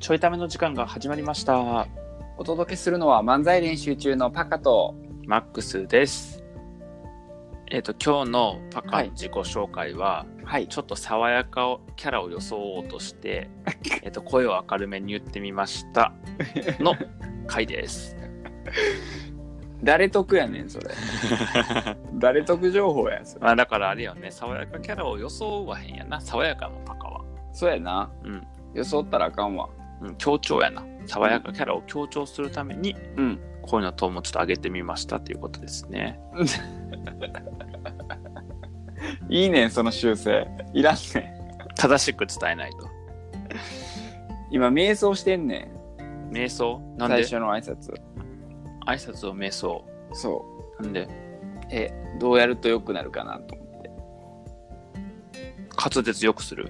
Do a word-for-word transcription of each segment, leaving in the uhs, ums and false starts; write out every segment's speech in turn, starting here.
ちょいための時間が始まりました。 お届けするのは漫才練習中のパカとマックスです。えっ、ー、と今日のパカの自己紹介は、はい、ちょっと爽やかキャラを装おうとして、えっと声を明るめに言ってみましたの回です。 誰得やねんそれ。誰得情報やそれ。 まあだからあれよね、爽やかキャラを装わへんやな、爽やかのパカは。 そうやな。うん。装ったらあかんわ。 うん、強調やな。爽やかキャラを強調するために、うん、こういうのともちょっと上げてみましたということですね。 いいねんその修正。いらんねん。正しく伝えないと。 今瞑想してんねん。瞑想？なんで？ 最初の挨拶。 挨拶を瞑想。 そう。 なんで？ え、どうやると良くなるかなと思って。 滑舌良くする。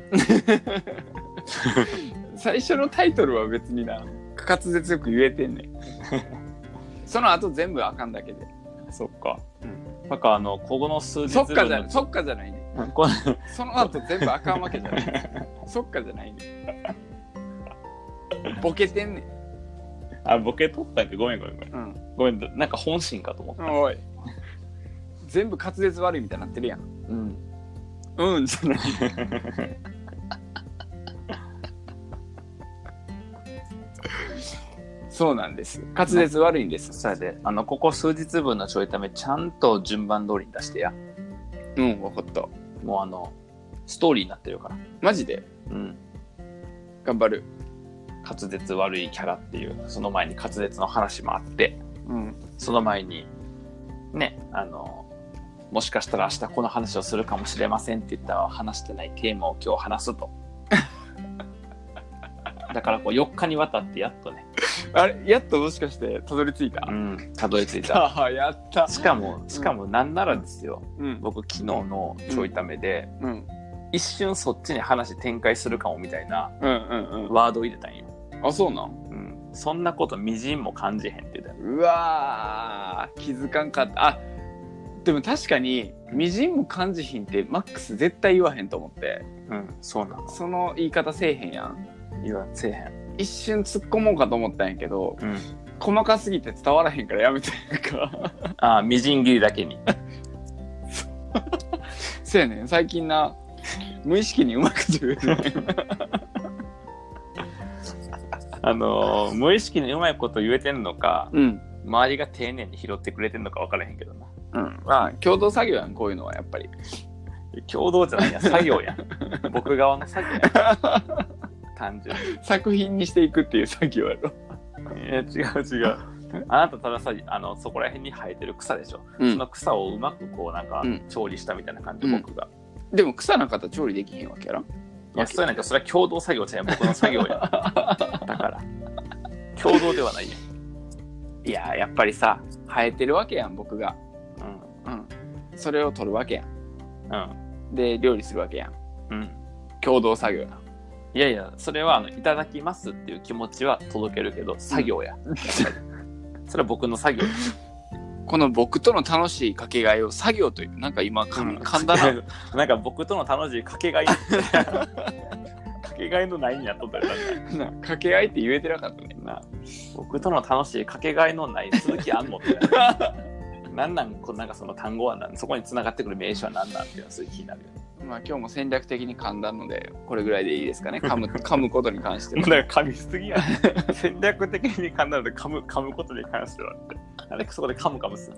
最初のタイトルは別にな滑舌よく言えてんねん。その後全部あかんだけで。 そっか。うん。なんかあのここの数日そっかじゃそっかじゃないね。その後全部あかんわけじゃない。そっかじゃないね。ボケてんねん。 あ、ボケ取ったんけごめんごめんごめん。うん、ごめんなんか本心かと思った。 おい。全部滑舌悪いみたいになってるやん。うん。うんじゃない。そうなんです。滑舌悪いんです。 それで、あのここ数日分のちょいためちゃんと順番通りに出してや。 うん、分かった。 もうあのストーリーになってるから。 マジで？ うん。 頑張る。 滑舌悪いキャラっていう、その前に滑舌の話もあって、うん、その前にね、あのもしかしたら明日この話をするかもしれませんって言ったら話してないテーマを今日話すと。だからこうよっかにわたってやっとね。 あれやっともしかしてたどり着いた？ うん、たどり着いた。 あやった。 しかもしかもなんならですよ。うん、僕昨日のちょいためで、うんうん、一瞬そっちに話展開するかもみたいなワードを入れたんよ。 あ、そうなん？ うん。そんなことみじんも感じへんって言ったよ。 うわー、気づかんかった。あ、でも確かにみじんも感じひんってマックス絶対言わへんと思って。 うん、そうなの。 その言い方せえへんやん。 言わせえへん。 一瞬突っ込もうかと思ったんやけど、うん、細かすぎて伝わらへんからやめてんか。 ああ、みじん切りだけに。 そうやねん。最近な無意識にうまく言うねん。 あのー、無意識にうまいこと言えてんのか、うん、周りが丁寧に拾ってくれてんのか分からへんけどな。 うん。まあ共同作業やん、こういうのはやっぱり。 共同じゃないや、作業やん。僕側の作業やん。単純に作品にしていくっていう作業やろ。 いや違う違う。あなたたださ、あのそこら辺に生えてる草でしょ。うん、その草をうまくこうなんか、うん、調理したみたいな感じ、うん、僕が。 でも草なかったら調理できへんわけやろ。 いや、そうやなんかそれは共同作業じゃん、僕の作業や。だから共同ではないやん。 いややっぱりさ生えてるわけやん僕が。うんうん。それを取るわけやん。うん。で料理するわけやん。うん。共同作業や。 いやいや、それはあのいただきますっていう気持ちは届けるけど作業や。うん、それは僕の作業。 この僕との楽しいかけがえを作業という、なんか今噛んだな。 なんか僕との楽しいかけがえかけがえのないんやっとったよな。かけがえって言えてなかったねな。僕との楽しいかけがえのない続きあんのってなんなんこうなんかその単語はなんそこに繋がってくる名詞は何なんっていうのはすごい気になるよね。 まあ今日も戦略的に噛んだのでこれぐらいでいいですかね。噛む噛むことに関しては。 だから噛みすぎや、ね。戦略的に噛んだので噛む噛むことに関してはって。あれそこで噛む噛むする。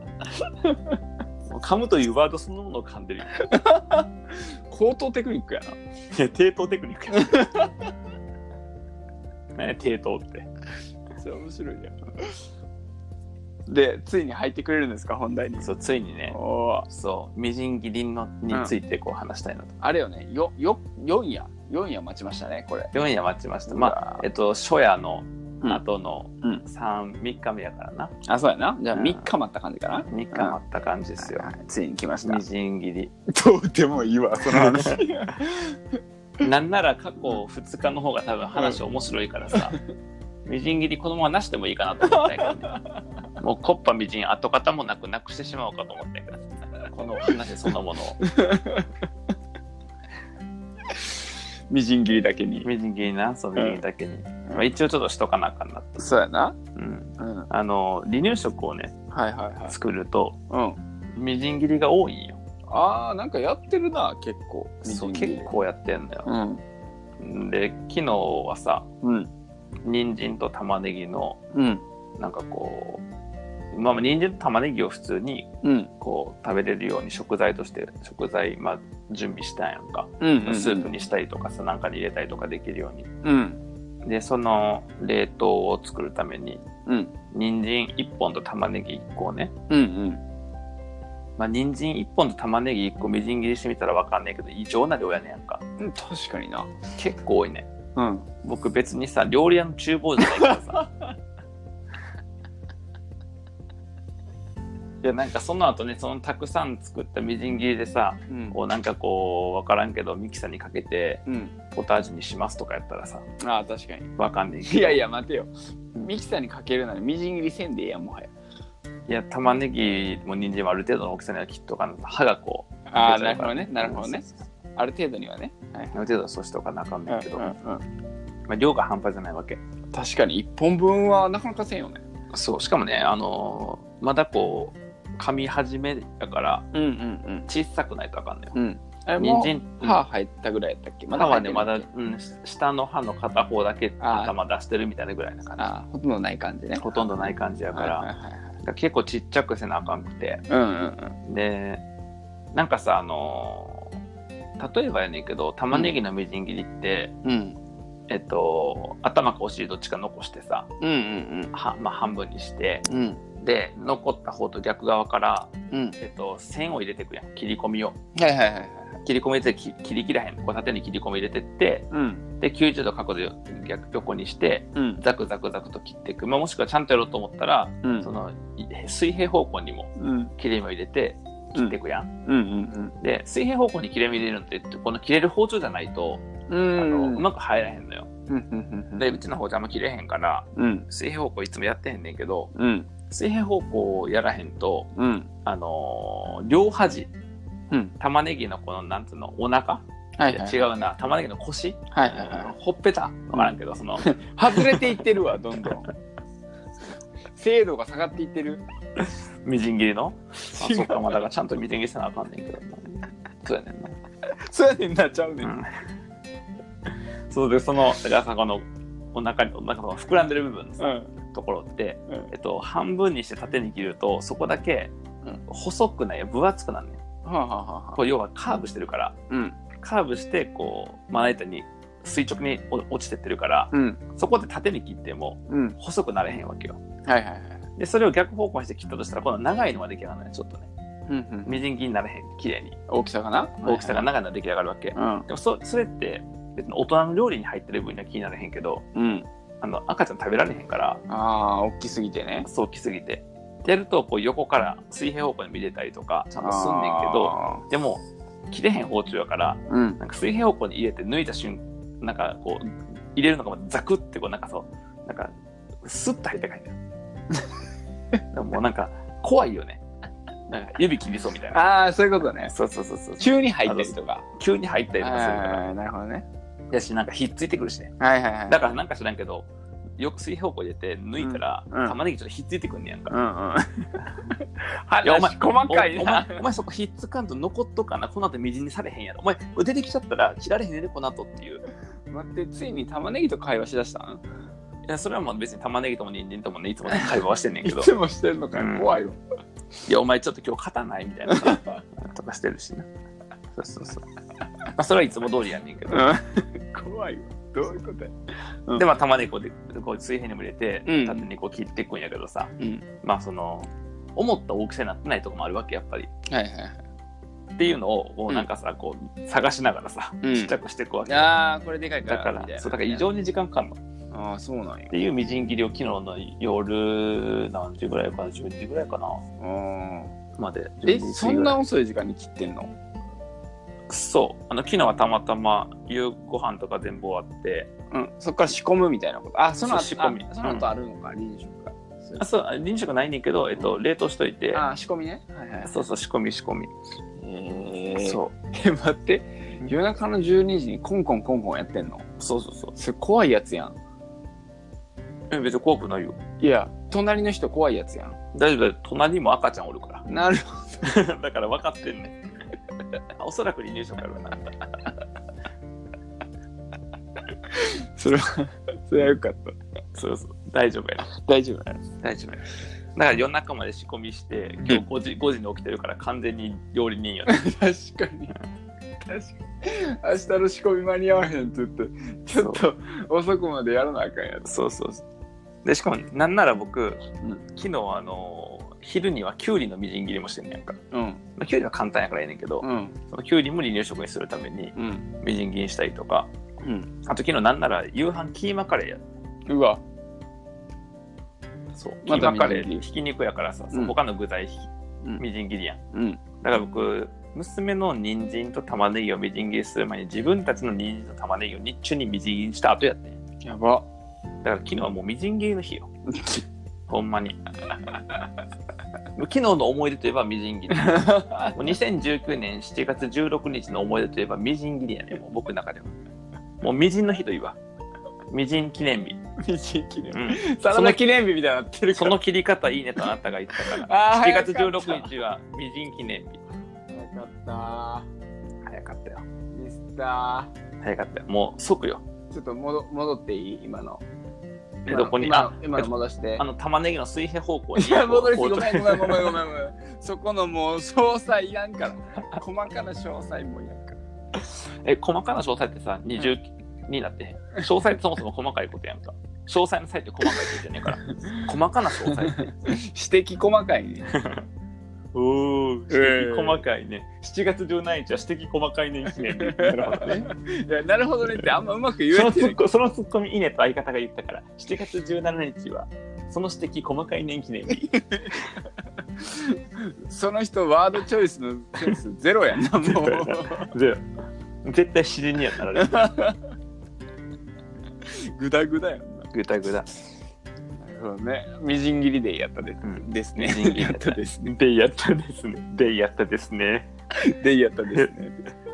噛むというワードそのものを噛んでるよ。 高等テクニックやな。いや低等テクニックや。何や低等って。 それ面白いや。でついに入ってくれるんですか本題に。 そうついにね。おそうみじん切りのについてこう話したいなと、うん、 あれよねよよよん夜よん夜待ちましたねこれ。 よん夜待ちました。まあえっと初夜の後のさん、みっかめやからな。 あそうやな。じゃあみっか待った感じかな。 みっか待った感じですよ、 うんはいはい、ついに来ましたみじん切り。 どうでもいいわその話。 なんなら過去ふつかの方が多分話面白いからさ、うん、みじん切りこのままなしてもいいかなと思ったんやけど、ね、もうコッパみじん跡形もなくなくしてしまおうかと思ったんやけど、この話そのものを。 みじん切りだけに。 みじん切りな、そうみじん切りだけに。 うんまあ、一応ちょっとしとかなあかんなって。 そうやな。 うん。うん、あの離乳食をね、 はいはいはい、 作ると、うん、みじん切りが多いんよ。 ああ、なんかやってるな、結構。 そう結構やってんのよ。うん、で昨日はさ、うん、人参と玉ねぎの、うん、なんかこう、まあ、人参と玉ねぎを普通にこう食べれるように食材として食材、まあ、準備したんやんか、うんうんうん、スープにしたりとかさ、なんかに入れたりとかできるように、うん、でその冷凍を作るために、うん、人参いっぽんと玉ねぎいっこをね、うんうん、まあ、人参いっぽんと玉ねぎいっこみじん切りしてみたら分かんないけど異常な量やねんやんか、 うん、確かにな。 結構多いね、うん、僕別にさ料理屋の厨房じゃないからさいやなんかその後ね、そのたくさん作ったみじん切りでさ、うん、こうなんかこう分からんけどミキサーにかけて、うん、ポタージュにしますとかやったらさ、 ああ確かに分かんないけど、 いやいや待てよ、ミキサーにかけるならみじん切りせんでええやんもはや。 いや玉ねぎも人参もある程度の大きさにはきっとかな、歯がこう、 ああなるほどねなるほどね、ある程度にはね、 はい、ある程度はそうしておかなあかんねんけど、うんうんうん、まあ、量が半端じゃないわけ。 確かにいっぽんぶんはなかなかせんよね。 そう、しかもね、あのー、まだこう噛み始めだから、うんうんうん、小さくないとあかんのよ、うん、 人参歯入ったぐらいやったっけ。 まだ歯はねまだ、うん、下の歯の片方だけ頭出してるみたいなぐらいな感じ。 あほとんどない感じね。 ほとんどない感じやから、はいはいはい、から結構ちっちゃくせなあかんくて、うんうんうん、でなんかさ、あのー、例えばやねんけど玉ねぎのみじん切りって、うん、えっと頭かお尻どっちか残してさ、うんうんうん、はまあ、半分にして、うん、で残った方と逆側から、うんえっと、線を入れていくやん、切り込みを、はいはいはいはい、切り込み入れて切り切らへん、こう縦に切り込み入れてって、うん、できゅうじゅうど角度逆横にして、うん、ザクザクザクと切っていく、まあ、もしくはちゃんとやろうと思ったら、うん、その水平方向にも切れ目を入れて切っていくやん、うんうんうんうん、で水平方向に切れ目入れるのってこの切れる包丁じゃないと、うん、あのうまく入らへんのよ、うんうんうん、でうちの包丁あんま切れへんから、うん、水平方向いつもやってへんねんけど、うん、水平方向をやらへんと、うん、あのー、両端、うん、玉ねぎのこのなんつうのお腹、はいはい、違うな、玉ねぎの腰、はいはいはい、ほっぺた分からんけど、うん、その外れていってるわどんどん精度が下がっていってるみじん切りのあそっか、まあ、だからちゃんとみじん切りせなあかんねんけどそうやねんなそうやねんなちゃうねん、うん、 そうでそのだからさこのお腹になんか膨らんでる部分のさ、うん、ところって、うんえっと、半分にして縦に切るとそこだけ細くない分厚くなんねん、はあはあはあ、こう要はカーブしてるから、うん、カーブしてこうまな板に垂直に落ちてってるから、うん、そこで縦に切っても細くなれへんわけよ、うんはいはいはい、でそれを逆方向にして切ったとしたら今度長いのが出来上がるのね、ちょっとね、うんうん、みじん切りになれへん、綺麗に大きさがな大きさが長いのが出来上がるわけ、はいはい、でも そ, それって別に大人の料理に入ってる分には気になれへんけど、うん、あの赤ちゃん食べられへんから、 あー大きすぎてね、 そう大きすぎてやるとこう横から水平方向に見れたりとかちゃんとすんねんけど、でも切れへん包丁やから、うん、なんか水平方向に入れて抜いた瞬間なんかこう入れるのがザクってこうなんかそうなんかスッと入ってかへんねんもうなんか怖いよね、なんか指切りそうみたいな。 ああそういうことね。 そうそうそうそう。 急に入ったりとか急に入ったりとかするから。 なるほどね。 やしなんかひっついてくるしね。 はいはいはい。 だからなんか知らんけどよく水平方向入れて抜いたら、うん、玉ねぎちょっとひっついてくんねやんか。うんうん。いやお前細かいな。お前お前そこひっつかんと残っとかな。この後みじんにされへんやろ。お前これ出てきちゃったら切られへんねでこの後っていう。 待ってついに玉ねぎと会話しだしたん？ いやそれはもう別に玉ねぎとも人参ともねいつもね会話はしてんねんけど。 いつもしてんのかよ、うん、怖いわ。 いやお前ちょっと今日肩ないみたいなとかしてるしな。そうそうそう。まあそれはいつも通りやねんけど。 怖いわ。どういうことや、 うん、でまあ玉ねぎこうこう水平にも入れて、うん、縦にこう切っていくんやけどさ、うん、まあその思った大きさになってないとこもあるわけやっぱり。はいはいはい。っていうのをこうなんかさ、うん、こう探しながらさ、うん、ちっちゃくしていくわけ。 ああこれでかいからだからそうだから異常に時間かかるの。 ああそうなんや。 っていうみじん切りを昨日の夜何時ぐらいかなじゅうじぐらいかな。 うんまで。 えそんな遅い時間に切ってんの？ そうあの昨日はたまたま夕ご飯とか全部終わって、 うん、そっから仕込むみたいなこと。あその後仕込みその後あるのか、うん、離乳食が。 あそう離乳食ないねんけど、えっと、冷凍しといて。 あ仕込みね、はいはい、 そうそう仕込み仕込み。 えー、そうえ待って夜中のじゅうにじにコンコンコンコンやってんの？ そうそうそう。 それ怖いやつやん。 え、別に怖くないよ。 いや、隣の人怖いやつやん。 大丈夫だよ。隣にも赤ちゃんおるから。 なるほど。だから分かってんねん。おそらく離乳食やろうな。 それは、それはよかった。 そうそう。大丈夫や。 大丈夫や。 大丈夫や。だから夜中まで仕込みして、今日ごじ、ごじに起きてるから完全に料理人よね。 確かに。確かに。明日の仕込み間に合わへんって言って、ちょっと遅くまでやらなあかんやつ。 そうそうそう。で、しかもなんなら僕、うん、昨日あのー、昼にはキュウリのみじん切りもしてんねやんか。うん。まあ、キュウリは簡単やからええねんけど、うん、そのキュウリも離乳食にするために、みじん切りにしたりとか、うん、あと昨日なんなら夕飯キーマカレーや。 うわ。 そう。キーマカレーひき肉やからさ、うん、他の具材みじん切りやん。うん。だから僕、娘の人参と玉ねぎをみじん切りする前に自分たちの人参と玉ねぎを日中にみじん切りした後やってん。 やば。 だから昨日はもうみじん切りの日よ。ほんまに。昨日の思い出といえばみじん切り。もうにせんじゅうきゅうねんしちがつじゅうろくにちの思い出といえばみじん切りやね。もう僕の中では。もうみじんの日といえば。みじん記念日。 みじん記念日。うん、サラダ記念日みたいになってるから。 その切り方いいねとあなたが言ったから。しちがつじゅうろくにちはみじん記念日。 早かった早かったよ。 ミスター。早かったよ。もう即よ。 ちょっと戻戻っていい今の。 え、どこに今の今の戻して。 あの玉ねぎの水平方向に。 いや、戻りすぎ。ごめんごめんごめんごめんごめん。そこのもう詳細いらんから。細かな詳細もいらんから。 え、細かな詳細ってさ、にじゅうになってへん。詳細ってそもそも細かいことやんか。詳細の際って細かいことじゃねえから。細かな詳細って。 指摘細かいね。 おー、指摘細かいね。しちがつじゅうしちにちは指摘細かいね記念日。なるほどね。 いや、なるほどねってあんまうまく言えない。 そのツッコミいいねと相方が言ったから、しちがつじゅうしちにちはその指摘細かいね記念日。 その人ワードチョイスのチョイスゼロやんな、もう。 ゼロ。絶対自然にやったらね。 グダグダやんな。 グダグダ。 そうね、みじん切りでやったで、うん、ですね。 みじん切りやったですね。でやったですね。でやったですね。 でやったですね。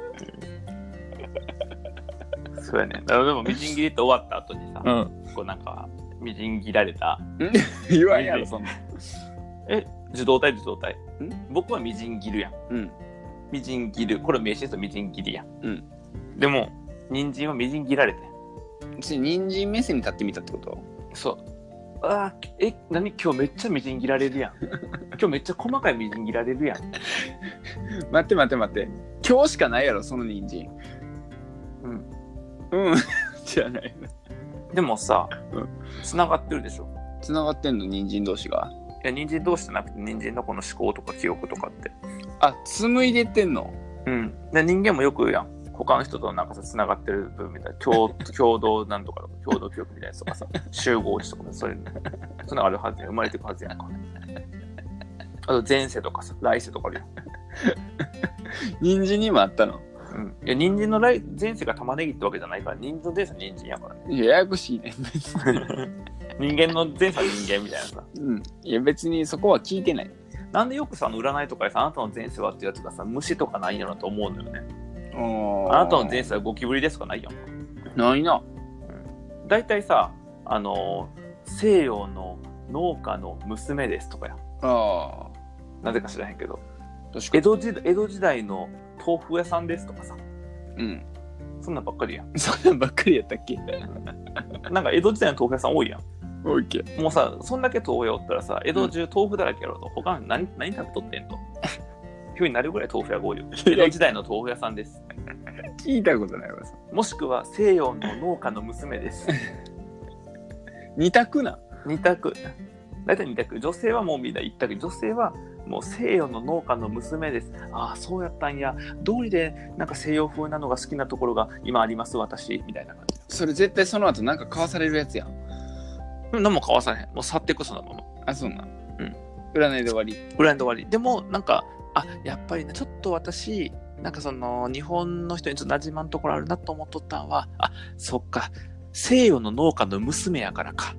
そうやね。でもみじん切りって終わった後にさ、うん、こうなんかみじん切られた。 言わんやろそんな。 え、受動体受動体。僕はみじん切るやん。うん。みじん切る。これ名詞ですとみじん切りやん。うん。でも人参はみじん切られて。 人参目線に立ってみたってこと？ そう。あー、え、何今日めっちゃみじん切られるやん。今日めっちゃ細かいみじん切られるやん。 待って待って待って。今日しかないやろ、その人参。うん。うん。じゃない。 でもさ、うん、繋がってるでしょ。 繋がってんの、人参同士が。 いや、人参同士じゃなくて、人参のこの思考とか記憶とかって。 あ、紡いでってんの？ うん。で、人間もよく言うやん。他の人となんかさ、繋がってる部分みたいな、共, 共同なんとかとか、共同記憶みたいなやつとかさ、集合値とか、そういうの、そういうのあるはずやん。生まれてくはずやんか。あと前世とかさ、来世とかあるやん。 人参にもあったの？ うん。いや、人参の来前世が玉ねぎってわけじゃないから、人参の前世は人参やからね。 いや、ややこしいね。 人間の前世は人間みたいなさ。 うん。いや、別にそこは聞いてない。 なんでよくさ、あの占いとかでさ、あなたの前世はってやつがさ、虫とかないんやろと思うのよね。あなたの前世はゴキブリですかないやんか。 ないな。 うん。だいたいさ、あのー、西洋の農家の娘ですとかや。ああ。なぜか知らへんけど。江戸時代、江戸時代の豆腐屋さんですとかさ。うん。そんなんばっかりやん。 そんなんばっかりやったっけ？ なんか江戸時代の豆腐屋さん多いやん。 多いけ。 もうさ、そんだけ豆腐屋おったらさ、江戸中豆腐だらけやろと。他に何、何食べとってんと。ふうになるぐらい豆腐屋が多いよ。江戸時代の豆腐屋さんです。 聞いたことないわ。 もしくは西洋の農家の娘です。 二択な。 二択。大体二択。女性はもうみんな一択。女性はもう西洋の農家の娘です。ああ、そうやったんや。道理でなんか西洋風なのが好きなところが今あります私みたいな感じ。 それ絶対その後なんか買わされるやつやん。 何も買わされへん。もう去っていくそのまま。 あ、そうな。うん。占いで終わり。 占いで終わり。でもなんか。あ、やっぱりね、ちょっと私、なんかその、日本の人にちょっと馴染まんところあるなと思っとったんは、あ、そっか、西洋の農家の娘やからかって。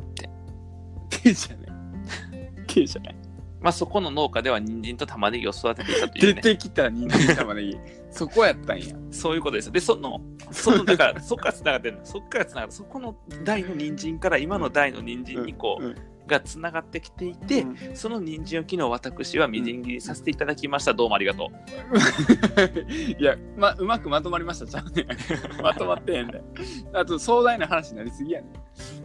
K じゃない。K じゃない。 まあそこの農家では人参と玉ねぎを育てていたというね。 出てきた人参玉ねぎ。そこやったんや。 そういうことです。で、その、 そのだからそっからつながってるの。そっからつながってそこの大の人参から今の大の人参にこう、うんうん、がつながってきていて、うん、その人参を昨日私はみじん切りさせていただきました、うん、どうもありがとういや、ま、うまくまとまりましたちゃうねまとまってへんねあと壮大な話になりすぎやね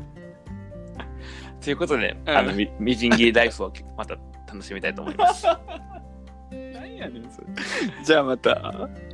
ということで、うん、あの み, みじん切りライフをまた楽しみたいと思います何やねんそれじゃあまた。